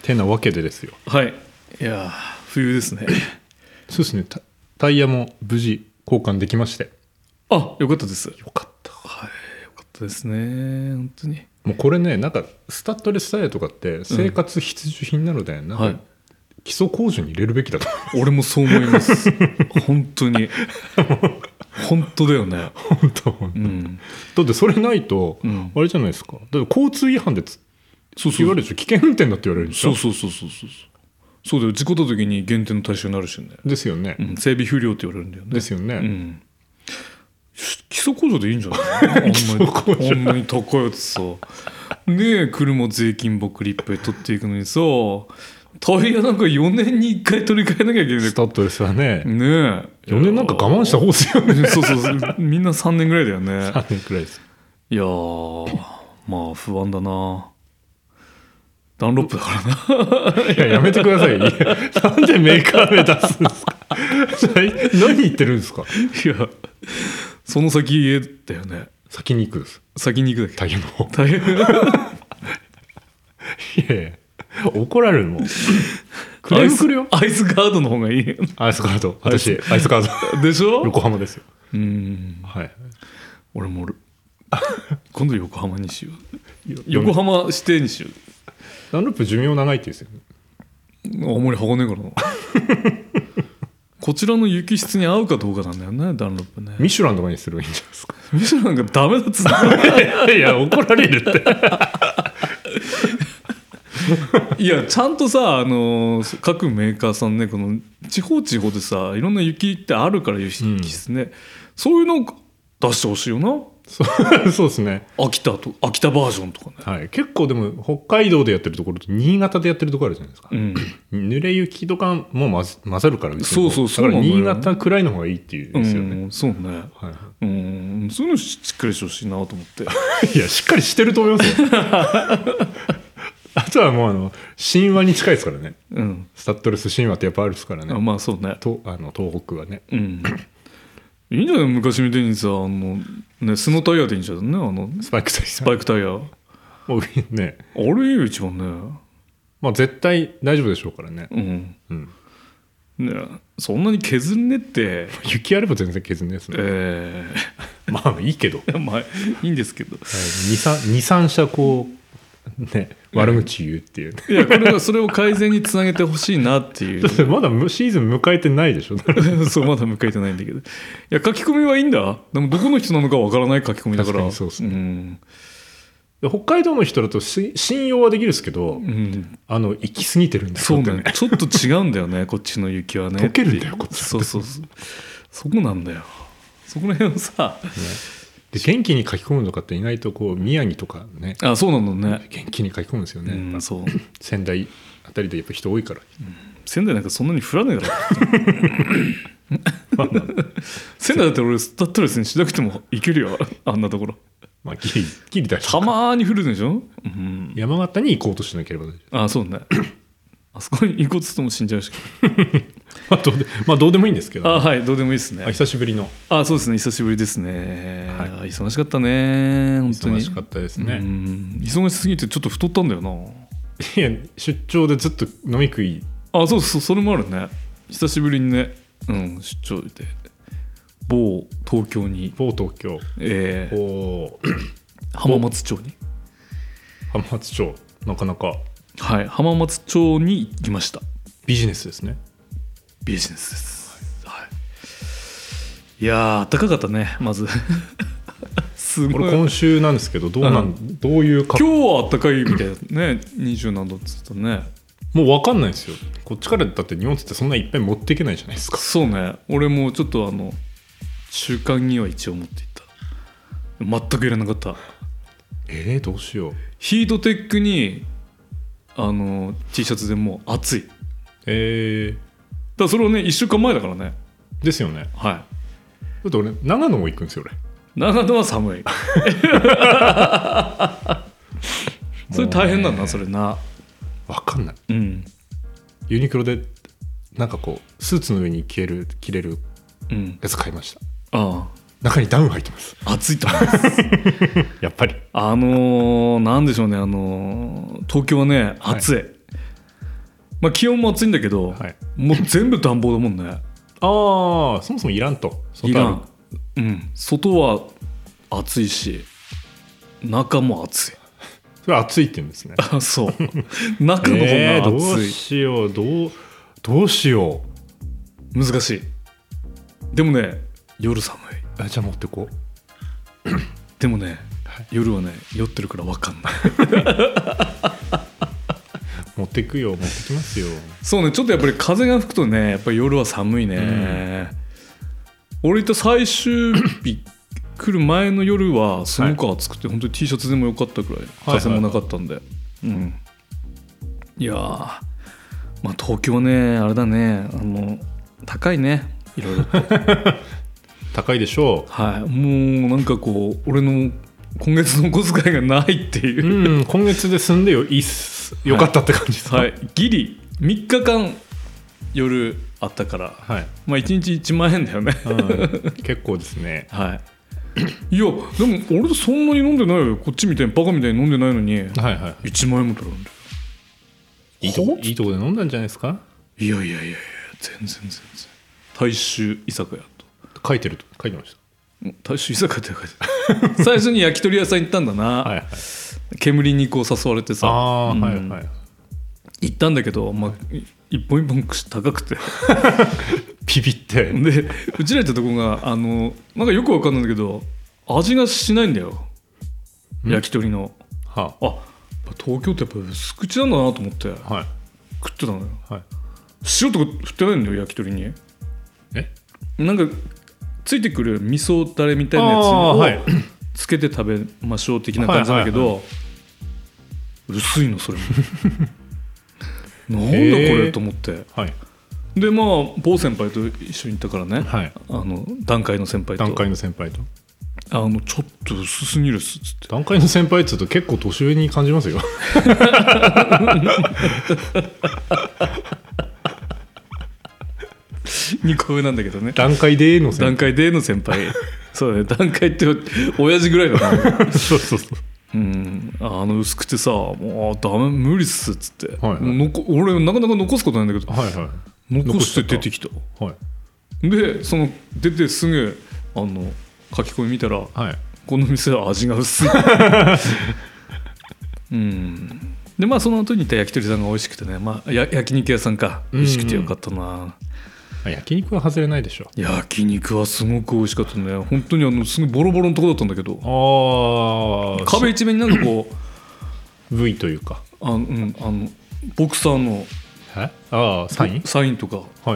てなわけでですよ。 はい。いや冬ですね。 そうですね。タイヤも無事交換できまして。 あ、よかったです。 よかった。 はい、よかったですね。本当に。 もうこれね、なんかスタッドレスタイヤとかって生活必需品なので、なんか基礎工事に入れるべきだと思います。 俺もそう思います。本当に。本当だよね。 本当、だってそれないと、あれじゃないですか。だって交通違反で言われるでしょ。危険運転だって言われるでしょ。 そうだよ。事故った時に減点の対象になるしね。ですよね。 整備不良って言われるんだよね。 ですよね。 基礎工場でいいんじゃない？こんなに高いやつさ。で車税金ばっかりいっぱい取っていくのにさ、タイヤなんか4年に1回取り替えなきゃいけない。 スタッドレスはね。 ねえ。 4年なんか我慢した方ですよね。 そうみんな3年ぐらいだよね。 3年くらいです。 いやまあ不安だな。ダンロップだからな。 いややめてください。なんでメーカー名出すんですか。何言ってるんですか。 いやその先だよね。 先に行くです。 先に行くだけ。 タイヤの方。いや怒られるもん。クレーム来るよ。 アイスガードの方がいい。 アイスガード。私アイスガードでしょ。 横浜ですよ。 はい。俺も今度横浜にしよう。横浜指定にしよう。 ダンロップ寿命長いって言うんですよ。 あんまりはがねえからな。こちらの雪質に合うかどうかなんだよね、ダンロップね。 ミシュランとかにすればいいんじゃないですか。 ミシュランがダメだっつったいや怒られるって。 いやちゃんとさ、各メーカーさんね、この地方でさいろんな雪ってあるから雪質ね、そういうのを出してほしいよな。 そうですね。 秋田バージョンとかね。 はい、結構でも北海道でやってるところと新潟でやってるところあるじゃないですか。濡れ雪とかも混ざるからね。 そうだから新潟くらいの方がいいっていうんですよね。 そうね。そういうのしっかりしてほしいなと思って。 いやしっかりしてると思いますよ。あとはもう神話に近いですからね。スタッドレス神話ってやっぱあるですからね。 まあそうね。 東北はね。 いいんじゃない昔みたいにさスノータイヤでいいんじゃないね。 スパイクタイヤね。 あれいいよ一番ね。 まあ絶対大丈夫でしょうからね。 ね、そんなに削んねって雪あれば全然削んねですね。まあいいけど。 まあいいんですけど。 23社こうね悪口言うっていう。 いやこれはそれを改善につなげてほしいなっていう。 まだシーズン迎えてないでしょ。 そうまだ迎えてないんだけど。いや書き込みはいいんだ。でもどこの人なのかわからない書き込みだから。確かにそうですね。 北海道の人だと信用はできるんですけど、行き過ぎてるんだよ。 そうね。ちょっと違うんだよねこっちの雪はね。 溶けるんだよこっち。 そう。そこなんだよ。そこら辺をさ。 で元気に書き込むのかって意外とこう宮城とかね。 あ、そうなのね。 元気に書き込むんですよね。 そう。 仙台あたりでやっぱ人多いから。 仙台なんかそんなに降らないだろ。仙台だって俺スタッドレスにしなくてもいけるよあんなところ。 まあギリだし。 たまに降るでしょ。 山形に行こうとしなければ大丈夫。 あ、そうね。あそこに行こうとしても死んじゃうし。 まあどうでもいいんですけど。 はい、どうでもいいですね。 久しぶりの。 そうですね、久しぶりですね。忙しかったね、本当に。 忙しかったですね。 忙しすぎてちょっと太ったんだよな。 いや出張でずっと飲み食い。 そうそれもあるね。久しぶりにね、出張で某東京浜松町に。 浜松町なかなか。 はい、浜松町に行きました。 ビジネスですね。 ビジネスです。はい。いや暖かかったねまず。すごい。 これ今週なんですけどどういう今日は暖かいみたいなね。20何度っつったね。 もう分かんないですよ。こっちからだって荷物ってそんないっぱい持っていけないじゃないですか。 そうね。俺もちょっと中間には一応持っていった。全くいらなかった。 どうしよう。 ヒートテックにT シャツでもう暑い。だからそれをね1週間前だからね。 ですよね。 はい。 だって俺長野も行くんですよ俺。 長野は寒い。それ大変なんだそれな。 分かんない。ユニクロでなんかこうスーツの上に着れるやつ買いました。中にダウン入ってます。 暑いと思います。 やっぱりなんでしょうね。東京はね暑い。 まあ気温も暑いんだけど、はい、もう全部暖房だもんね。 ああ、そもそもいらんと。 いらん。うん、外は暑いし中も暑い。 それ暑いって言うんですね。 あ、そう中の方が暑い、 どうしようどうしよう。難しい。でもね夜寒い。 じゃあ持ってこうでもね、はい、夜はね酔ってるから分かんない持ってきますよ。 そうね、ちょっとやっぱり風が吹くとねやっぱり夜は寒いね、俺行った最終日来る前の夜はすごく暑くて、はい、本当に T シャツでもよかったくらい風もなかったんで、いやまあ東京ねあれだね、高いね、いろいろと高いでしょう。 はい、もうなんかこう俺の今月のお小遣いがないっていう、 今月で済んでよかったって感じですか。 はい、ギリ3日間夜あったから、はい、まあ1日1万円だよね、 結構ですね。 はい、いやでも俺そんなに飲んでないよ、こっちみたいにバカみたいに飲んでないのに、はいはい、1万円も取るんだよ。 いいとこで飲んだんじゃないですか。 いや全然大衆居酒屋と書いてました。 大衆居酒屋って書いて最初に焼き鳥屋さん行ったんだなはい、はい、煙にこう誘われてさ、はいはい、行ったんだけど、まあ、一本一本高くてビビってでうちら行ったとこがなんかよくわかんないんだけど味がしないんだよ、焼き鳥の、はあ、東京ってやっぱ薄口なんだなと思って、はい、食ってたのよ、はい、塩とか振ってないんだよ焼き鳥に。なんかついてくる味噌だれみたいなやつをつけて食べましょう的な感じなんだけど、はいはいはい、薄いのそれもなんだこれと思って、はい、でまあ某先輩と一緒に行ったからね、はい、段階の先輩とちょっと薄すぎるっつって。 段階の先輩っつうと結構年上に感じますよ 2個上なんだけどね。 段階での先輩そうだね、段階って親父ぐらいだなそう薄くてさ、もうダメ無理っすっつって、はいはい、俺なかなか残すことないんだけど、はいはい、残して出てきた、はい、でその出てすぐ書き込み見たら、はい、この店は味が薄いでまあその後に行った焼き鳥さんが美味しくてね、まあ、焼肉屋さんか美味しくてよかったな。 焼肉は外れないでしょ。 焼肉はすごく美味しかったね。本当にすごいボロボロのとこだったんだけど、壁一面になんかこう部位というかボクサーのサインとかあって、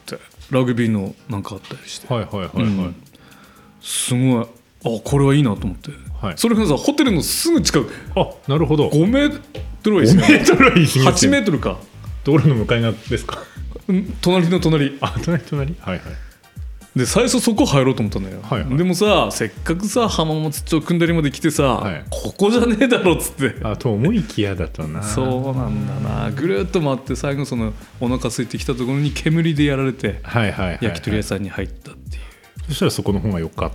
はい、ラグビーのなんかあったりして、はいはいはいはい、すごいこれはいいなと思って、はい、それがさホテルのすぐ近く、 なるほど、 5メートルはいいですね。8メートルか。 道路の向かい側ですか。 隣の隣。 隣はいはい。 で最初そこ入ろうと思ったんだよ、はいはい、でもさせっかくさ浜松町組んだりまで来てさ、はい、ここじゃねえだろっつってと思いきやだとな。 そうなんだな。ぐるっと回って最後そのお腹空いてきたところに煙でやられて、はいはいはいはい、焼き鳥屋さんに入ったっていう。 そしたらそこの方が良かった。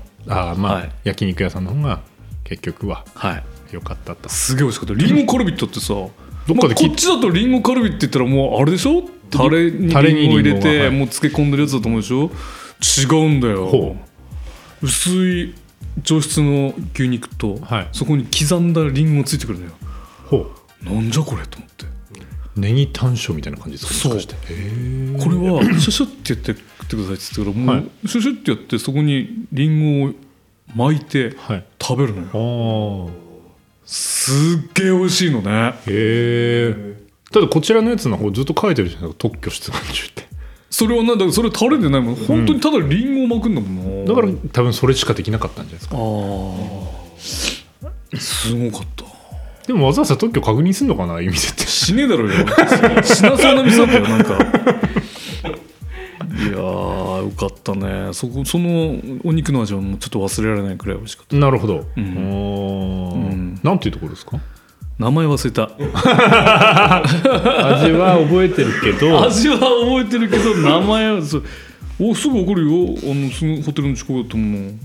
まあ、はい、焼肉屋さんの方が結局は良かったと、 すげえ美味しかった。リンゴカルビットってさどっかでこっちだとリンゴカルビって言ったらもうあれでしょ、タレにリンゴ入れてもう漬け込んでるやつだと思うでしょ。違うんだよ。薄い上質の牛肉と、はい、そこに刻んだリンゴついてくるんだよ。なんじゃこれと思って。 ネギタン塩みたいな感じですか。 そう、これはシュシュってやって食ってくださいって言ってからもう、はい、シュシュってやってそこにリンゴを巻いて食べるのよ、はい、すっげえ美味しいのね。 ただこちらのやつの方ずっと書いてるじゃないですか、特許出願中って。それはなんだ、それタレでないもん、本当にただリンゴを巻くんだもんな、 だから多分それしかできなかったんじゃないですか。 すごかった。 でもわざわざ特許確認すんのかな、ああいう店って。 しねえだろうよしなそうな店だったよなんかいやーよかったね。そのお肉の味はもうちょっと忘れられないくらい美味しかった。 なるほど、なんていうところですか。 名前忘れた味は覚えてるけど名前はすぐ分かるよ。すぐホテルの近くだったもん。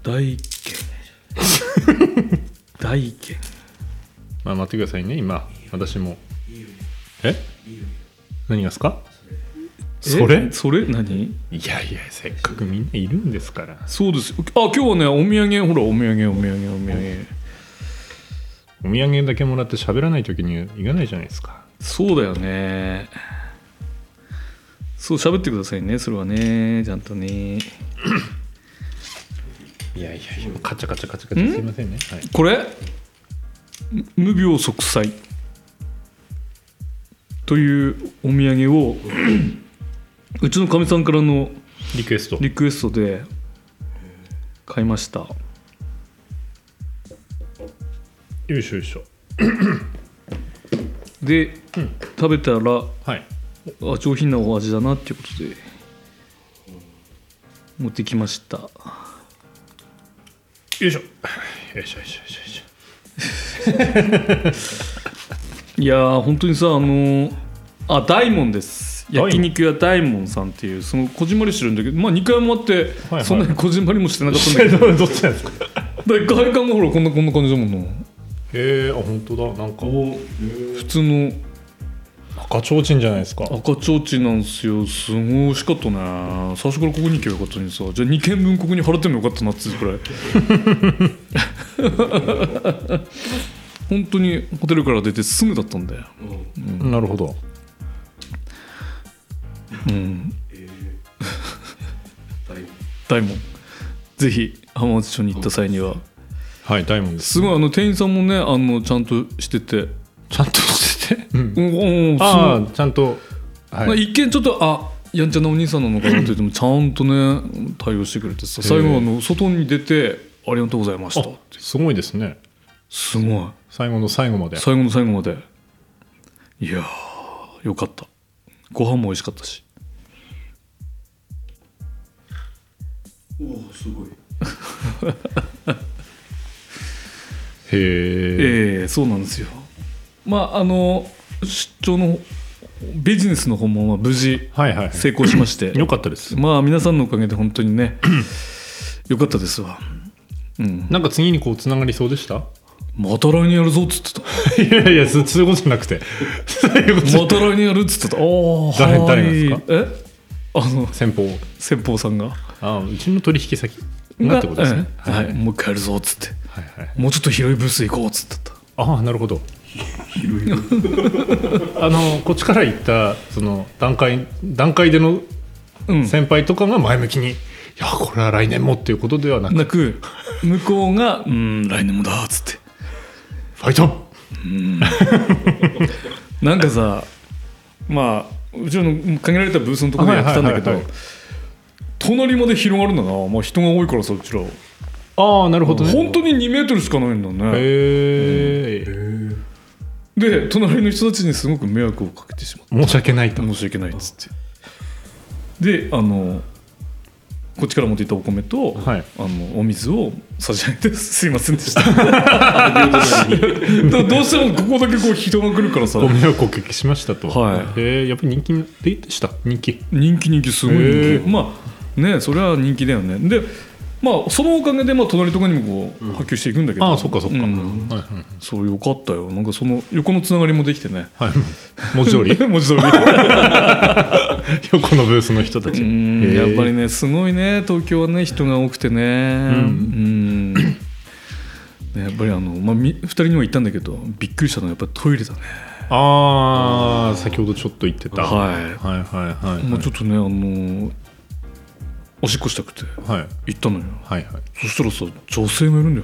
大軒待ってくださいね。今私も。何がですか？ それ何？ いやせっかくみんないるんですから。 そうです。今日はね、お土産、ほら、お土産。 お土産だけもらって喋らないときにいかないじゃないですか。 そうだよね。そう、喋ってくださいね、それはね、ちゃんとね。 いやカチャカチャすいませんね。はい、 これ無病息災というお土産をうちのかみさんからのリクエストで買いました。 よいしょで、食べたら、 はい、 上品なお味だなっていうことで持ってきました。 よいしょいやー本当にさ、大門です。焼肉屋大門さんっていう、そのこじんまりしてるんだけど、2回もあって、そんなにこじんまりもしてなかったんだけどどっちなんですか？ 外観がほらこんな感じだもんな。 本当だ。なんか普通の赤ちょうちんじゃないですか。 赤ちょうちんなんですよ。すごい美味しかったね。最初からここに行けばよかったのにさ、じゃあ2軒分ここに払ってもよかったなってくらい本当にホテルから出てすぐだったんだよ。 なるほど。 大門、ぜひ浜松町に行った際には。 はい、大門です。 すごい店員さんもね、ちゃんとしてて、 ちゃんとと、 はい、一見ちょっとやんちゃなお兄さんなのかなって言ってもちゃんとね対応してくれてさ、最後外に出てありがとうございましたって。 すごいですね。 すごい。 最後の最後まで。 いやーよかった。ご飯も美味しかったし。 おお、すごいへえ。 そうなんですよ。出張のビジネスの訪問は無事成功しまして、 よかったです。 皆さんのおかげで本当にねよかったですわ。 なんか次にこうつながりそうでした？ また来年やるぞっつってた。いやそういうことじゃなくてまた来年やるっつってた。 誰がですか？ 先方さんがうちの取引先がってことですね。 もう一回やるぞっつって、もうちょっと広いブース行こうっつってた。 なるほど。こっちから行ったその段階での先輩とかが前向きに、いやこれは来年もっていうことではなく向こうが来年もだっつってファイト。 なんかさ、うちの限られたブースのところでやってたんだけど、隣まで広がるんだな。人が多いからさ、うちら。 なるほどね。 本当に2メートルしかないんだね。で隣の人たちにすごく迷惑をかけてしまった。 申し訳ないっつってでこっちから持っていったお米と、お水を差し上げてすいませんでしたどうしてもここだけこう人が来るからさ、 ご迷惑をおかけしましたと。やっぱり人気でした。人気すごい人気。それは人気だよね。でそのおかげで隣とかにもこう波及していくんだけど、 そっかそうよかったよ。なんかその横のつながりもできてね。 文字通り横のブースの人たち。 やっぱりねすごいね、東京はね人が多くてね。やっぱり2人には言ったんだけど、びっくりしたのはやっぱりトイレだね。 先ほどちょっと言ってた。 もうちょっとねおしっこしたくて行ったのよ。そしたらさ、女性がいるんだよ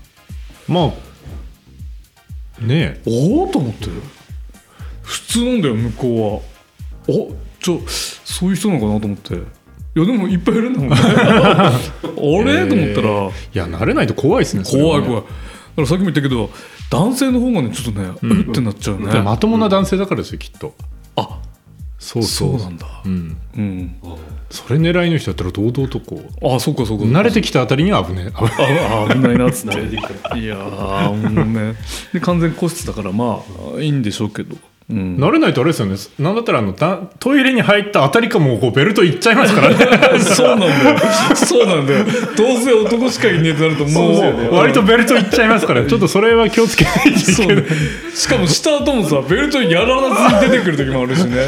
ね。おおと思って、普通なんだよ向こうは。そういう人なのかなと思って。いやでもいっぱいいるんだもんねあれと思ったら、 いや慣れないと怖いですね。 怖い。だからさっきも言ったけど、男性の方がねちょっとねってなっちゃうね。 まともな男性だからですよ、きっと。 そうなんだ。 それ狙いの人だったら堂々とこう。 そうか慣れてきたあたりには危ないなっつっていやもうねで完全個室だからいいんでしょうけど、 慣れないとあれですよね。なんだったらトイレに入ったあたりかもこうベルトいっちゃいますからね。 そうなんだよ。そうなんだよ。どうせ男しかいねえとなるともう割とベルトいっちゃいますからちょっとそれは気をつけないといけない。 しかもした後もさベルトやらなずに出てくる時もあるしね。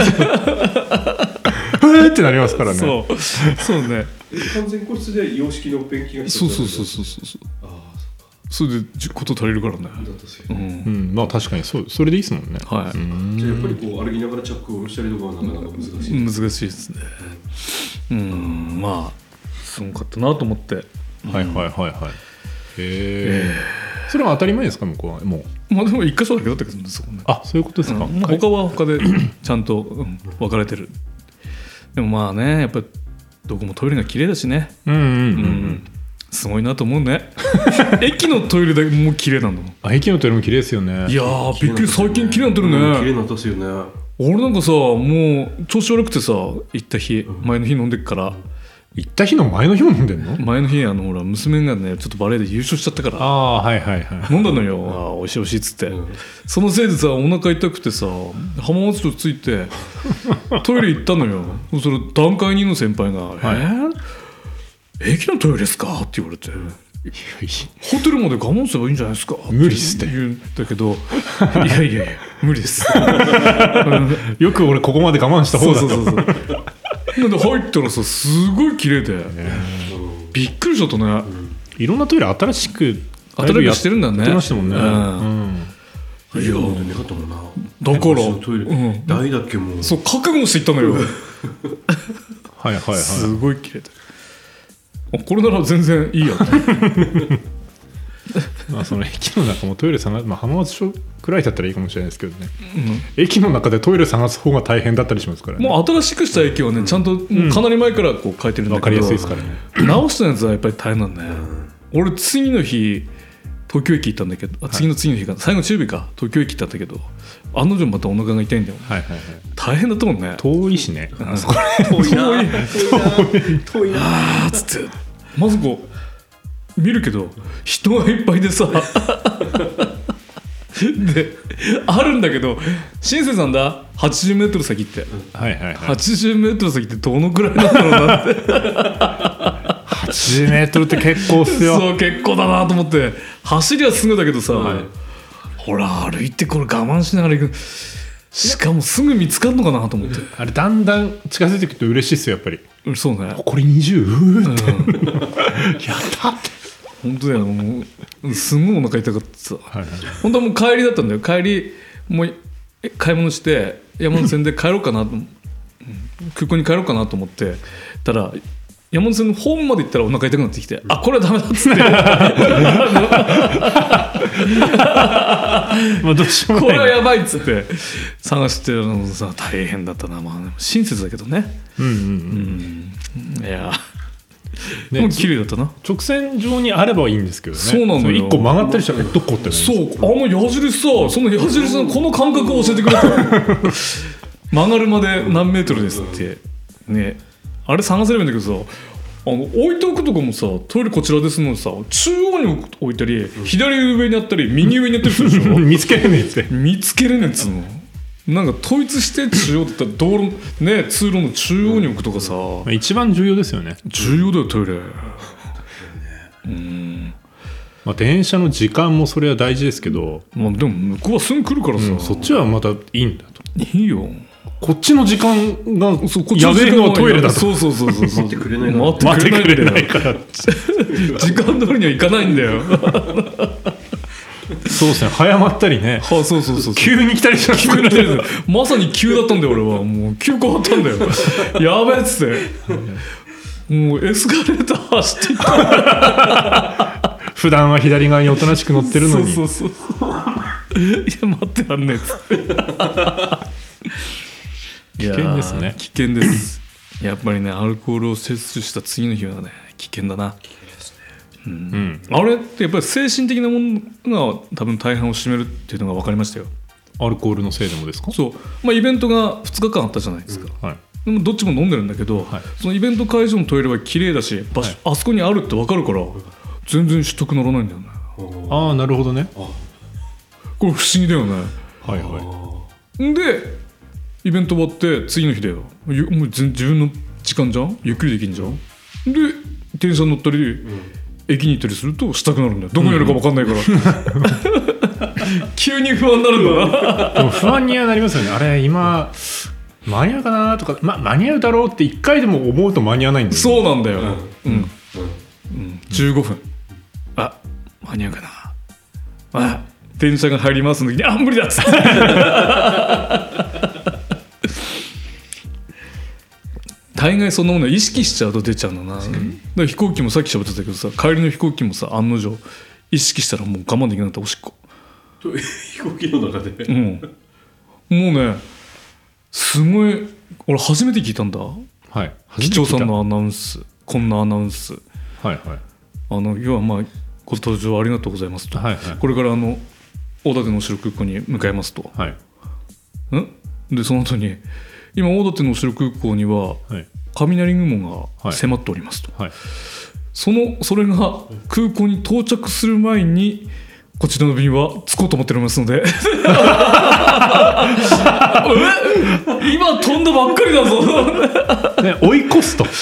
ってなりますからね。 そうね。 完全個室で洋式のペンキが必そう。 要それで事足りるからね。 まあ確かにそれでいいですもんね。 じゃあやっぱりこう歩きながらチャックを下ろしたりとかはなかなか難しい。 難しいですね。まあすごかったなと思って。 はい。それは当たり前ですか向こうはもう。 まあでも一箇所だけだったけどねそこね。 あ、そういうことですか。 他は他でちゃんと分かれてる。でもまあねやっぱりどこもトイレが綺麗だしね。すごいなと思うね。駅のトイレだけもう綺麗なんだもん。 駅のトイレも綺麗ですよね。 いやーびっくり最近綺麗になってるね。 綺麗になったっすよね。 俺なんかさもう調子悪くてさ行った日前の日飲んでっから行った日の前の日も飲んでんの？ 前の日ほら娘がねちょっとバレーで優勝しちゃったから飲んだのよ。おいしいおいしいっつって、そのせいでさお腹痛くてさ浜松町着いてトイレ行ったのよ。それ段階2の先輩が駅のトイレですかって言われてホテルまで我慢すればいいんじゃないですか無理っすって言うんだけどいや無理ですよく俺ここまで我慢した方だと。 そうなんで入ったらさすごい綺麗でびっくりしちゃったね。 いろんなトイレ新しくしてるんだね。 やってましたもんね。 いやなかったもんな。 だから大だけもそう覚悟していったのよ。 はいすごい綺麗でこれなら全然いいやその駅の中もトイレ探す、浜松町くらいだったらいいかもしれないですけどね、駅の中でトイレ探す方が大変だったりしますからね。 もう新しくした駅はねちゃんとかなり前からこう変えてるんだけど、 分かりやすいですからね。 直したやつはやっぱり大変なんだね。俺次の日東京駅行ったんだけど次の日か最後中日か東京駅行ったんだけけど案の定またお腹が痛いんだよ。大変だったもんね。 遠いしね。 遠いなあーっつってまずこう見るけど人がいっぱいでさであるんだけど新瀬さんだ80メートル先って80メートル先ってどのくらいなんだろうなって 80メートルって結構っすよ。 そう結構だなと思って走りはすぐだけどさ、ほら歩いてこれ我慢しながら行くしかもすぐ見つかるのかなと思ってあれだんだん近づいてくると嬉しいっすよやっぱり。 そうねこれ20ってやったって本当だよ。もうすごいお腹痛かったさ、本当はもう帰りだったんだよ。帰りもう買い物して山手線で帰ろうかなと空港に帰ろうかなと思ってたら山手線のホームまで行ったらお腹痛くなってきてあこれはダメだっつってどうしようもないこれはやばいっつって探してるのさ大変だったな。親切だけどね。いやでも綺麗だったな。 直線上にあればいいんですけどね。 そうなんだよ。 1個曲がったりしたらどこってそう矢印さその矢印のこの感覚を教えてくれた曲がるまで何メートルですってね。あれ探せればいいんだけどさ置いておくとこもさトイレこちらですのさ中央に置いたり左上にあったり右上にあったりするでしょ見つけれねえって見つけれねえっつうの。なんか統一して中央って言ったら道路ね通路の中央に置くとかさ、 一番重要ですよね。 重要だよトイレ。 電車の時間もそれは大事ですけど、 でも向こうはすぐ来るからさ、 そっちはまたいいんだと。 いいよこっちの時間がやべえのはトイレだと。 そう待ってくれないから時間通りには行かないんだよそうですね早まったりね。 そう急に来たりしますまさに急だったんだよ俺は。もう急変わったんだよやべえっつってもうエスカレーター走っていった普段は左側におとなしく乗ってるのにそういや待ってらんねえっつって危険ですね。 危険ですやっぱりねアルコールを摂取した次の日はね危険だな。あれってやっぱり精神的なものが多分大半を占めるっていうのが分かりましたよ。 アルコールのせいでもですか？ そう、イベントが2日間あったじゃないですか、でもどっちも飲んでるんだけど、そのイベント会場のトイレは綺麗だしあそこにあるって分かるから全然取得ならないんだよね。 ああなるほどね。 これ不思議だよね。 でイベント終わって次の日だよ。もう自分の時間じゃん、ゆっくりできんじゃん。で電車乗ったり、駅に行ったりするとしたくなるんだよ。どこにあるか分かんないから、急に不安になるんだな。 でも不安にはなりますよね。あれ今間に合うかなとか、間に合うだろうって1回でも思うと間に合わないんだよね。 そうなんだよ。15分間に合うかな、電車が入りますのに無理だっつって大概そんなもの意識しちゃうと出ちゃうんだな。だから飛行機もさっき喋ってたけどさ、帰りの飛行機もさ、案の定意識したらもう我慢できなかった、おしっこ。 飛行機の中で、 もうね、すごい、俺初めて聞いたんだ、機長さんのアナウンス、こんなアナウンス、要はご搭乗ありがとうございますと、これから大館の城空港に向かいますと、でその後に今大館の城空港には雷雲が迫っておりますと、それが空港に到着する前にこちらの便は着こうと思っておりますので今飛んだばっかりだぞ追い越すと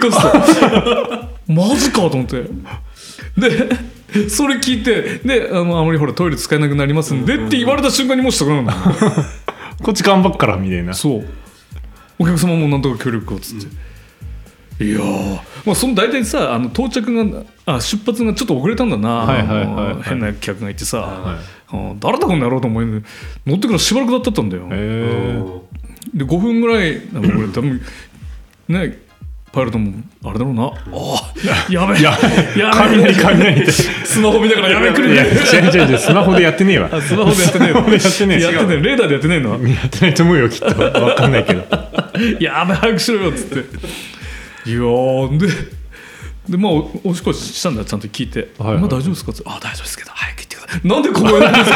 マジかと思って、でそれ聞いて、であまりほらトイレ使えなくなりますんでって言われた瞬間にもうしたくなるのこっち頑張っからみたいな。 そう、お客様もなんとか協力をつって、いやその大体さ、到着が出発がちょっと遅れたんだな、変な客がいてさ、誰だこんなやろうと思い乗ってからしばらくだったんだよ。で5分ぐらい俺多分ね、パイロットもあれだろうな、やべえ雷ってスマホ見ながらやべえ来るね。 違うスマホでやってねえわ。 スマホでやってねえわ。レーダーでやってねえの。 やってないと思うよきっと。分かんないけどやべえ早くしろよっつって、いやでおしっこしたんだよ、ちゃんと聞いて、大丈夫ですかって、大丈夫ですけど早く行ってください。なんでここなんです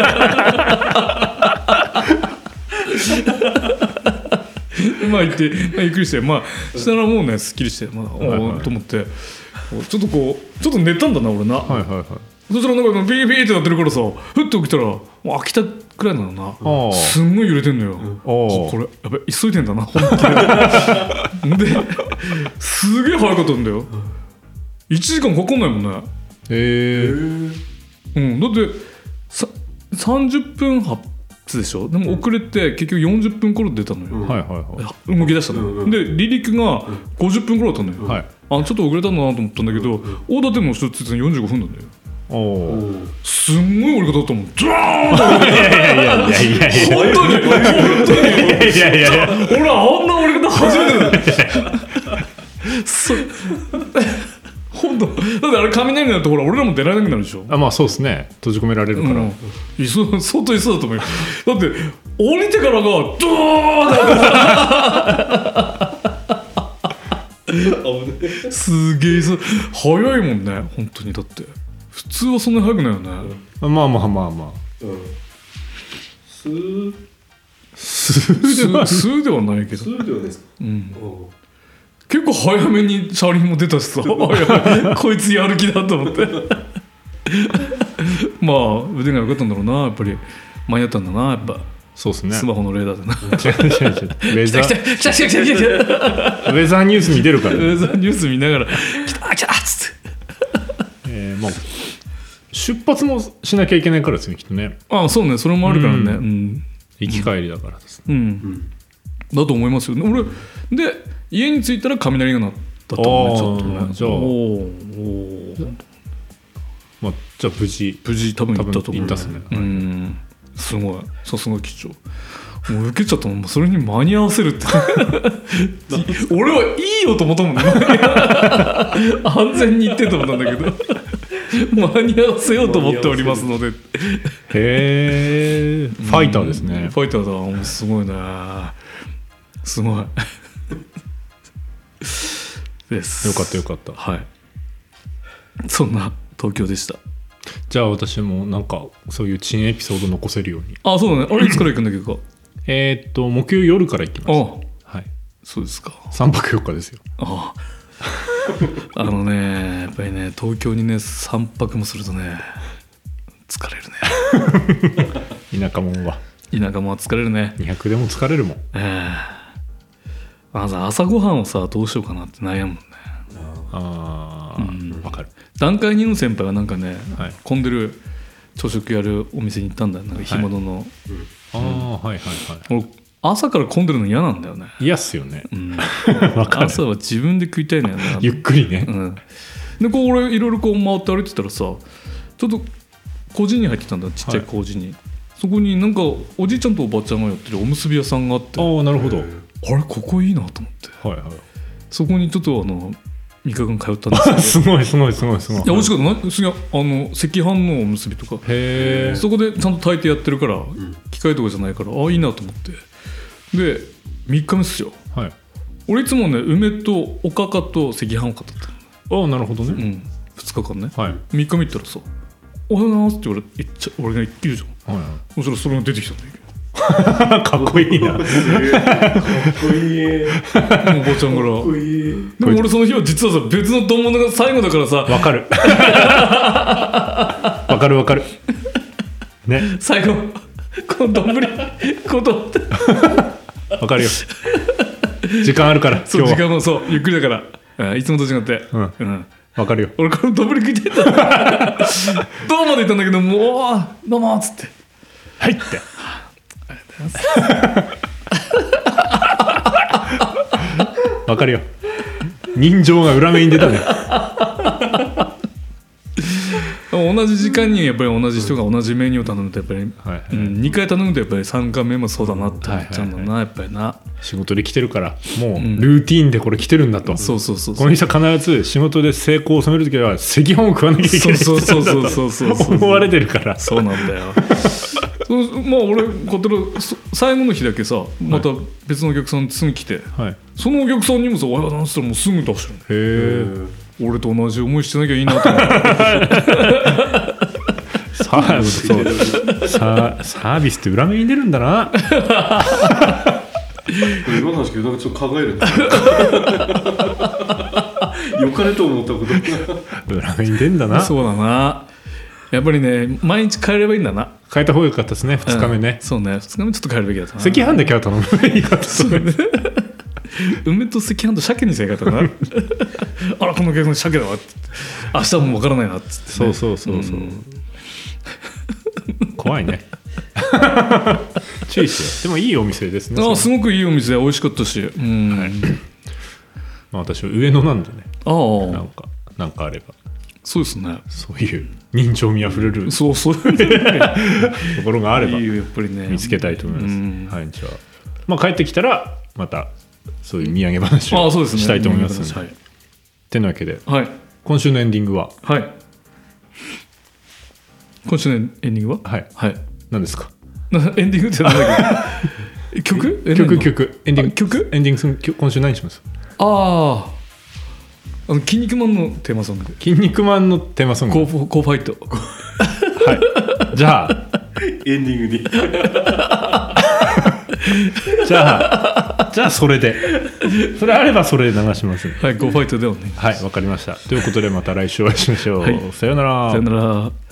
か言ってゆっくりして、したらもうねすっきりして、と思ってちょっと寝たんだな俺な。そしたらなんかビービーってなってるからさ、ふっと起きたらもう飽きたくらいなのな。すんごい揺れてんのよ。これやべ急いでんだな本気ですげえ早かったんだよ。1時間かかんないもんね。だって30分発でしょ。でも遅れて結局40分頃出たのよ、動き出したの、で離陸が50分頃だったのよ、ちょっと遅れたんだなと思ったんだけど、大館の人って45分なんだよ。すんごい折り方だったもん。ドーンと本当に俺あんな折り方初めてだよ。本当だってあれ雷になるとほら俺らも出られなくなるでしょ。 そうですね、閉じ込められるから、 相当急だと思うよ。だって降りてからがドーンすげえ早いもんね本当に。だって普通はそんなに早くないよね。数ではないけど、 数ではですか。 結構早めに車輪も出たしさこいつやる気だと思って腕が良かったんだろうな、やっぱり間に合ったんだな、やっぱ。 そうですね、 スマホのレーダーでな。 ウェザーニュース見てるから、 ウェザーニュース見ながら来たっつって出発もしなきゃいけないからですねきっとね。 そうね、それもあるからね、 行き帰りだからですね、 だと思いますよね。俺で家に着いたら雷が鳴ったと思う。ちょっとね、 じゃあ無事多分行ったと思う。 行ったっすね。 すごい、さすが機長。もう受けちゃったもん。それに間に合わせるって俺はいいよと思ったもんね安全に行ってと思ったんだけど間に合わせようと思っておりますので。 へえ、ファイターですね。 ファイターだ、すごいね、すごいです。 よかったよかった。 そんな東京でした。 じゃあ私もなんかそういう珍エピソード残せるように。 そうだね。あれいつから行くんだっけか。 木曜夜から行きます。 そうですか。 3泊4日ですよ。 やっぱりね、東京にね3泊もするとね疲れるね田舎者は田舎も疲れるね。 200でも疲れるもん。 朝ごはんをさどうしようかなって悩むもんね。 分かる。 段階2の先輩はなんかね、 はい、 混んでる朝食やるお店に行ったんだよ。なんか干物の、 はいはいはい。 俺朝から混んでるの嫌なんだよね。 嫌っすよね。 分かる。朝は自分で食いたいのよね。 ゆっくりね。 でこう俺いろいろこう回って歩いてたらさ、ちょっと工事に入ってたんだ、ちっちゃい工事に、そこになんかおじいちゃんとおばあちゃんがやってるおむすび屋さんがあって、 なるほど。 あれここいいなと思って、はいはい、そこにちょっと三日君通ったんですけどすごいいや美味しかったな。赤飯のおむすびとかそこでちゃんと炊いてやってるから、機械とかじゃないからいいなと思って、で3日目っすよ、はい、俺いつもね梅とおかかと赤飯を買ってた。 なるほどね、 2日間ね、 はい、 3日目行ったらさおはようございますって俺が言うじゃん、そしたらそれが出てきたんだけどかっこいいな。かっこいい。 おばちゃんから。でも俺その日は実はさ別の丼物が最後だからさ。 わかる。わかる。ね。 最後この丼ことわかるよ。時間あるからそう時間もそうゆっくりだからいつもと違ってわかるよ。 俺この丼食いてたどうまで言ったんだけどもうどうもっつってはいってわかるよ。人情が裏目に出たね。 同じ時間にやっぱり同じ人が同じメニューを頼むとやっぱり、2回頼むとやっぱり3回目もそうだなって思っちゃうんだな、やっぱりな。 仕事で来てるからもうルーティーンでこれ来てるんだと、 そうこの人は必ず仕事で成功を収めるときは赤飯を食わなきゃいけない人なんだと思われてるから。 そうなんだよ。まあ俺最後の日だけさまた別のお客さんすぐ来て、そのお客さんにもさ「おはようございます」ってもうすぐ出してる。へえ。俺と同じ思いしてなきゃいいなと思ってサービスって裏目に出るんだな。 今の話けどなんかちょっと考える。よかれと思ったこと裏目に出るんだな。 そうだな。やっぱりね毎日変えればいいんだな。 変えた方がよかったですね。2日目ね、 そうね2日目ちょっと変えるべきだったな。 赤飯だけは頼むべきだった。 梅と赤飯と鮭にせえかったな。あらこの客の鮭だわって明日も分からないなっつって、 そう、怖いね。注意してよ。でもいいお店ですね。 すごくいいお店で美味しかったし、 私は上野なんでね。なんかあれば。 そうですね。 そういう人情味あふれるそういうところがあればやっぱりね見つけたいと思います。はい、じゃあ帰ってきたらまたそういう土産話をしたいと思いますので。てなわけで、今週のエンディングは、 今週のエンディングは何ですか？ エンディングって何だっけ？曲エンディング今週何します？ 筋肉マンのテーマソング。 筋肉マンのテーマソング。 コーファイト。 はい。じゃあエンディングに。 じゃあそれでそれあればそれ流します。 はい、コーファイトでお願いします。 はい、わかりました。ということでまた来週お会いしましょう。さよなら。 さよなら。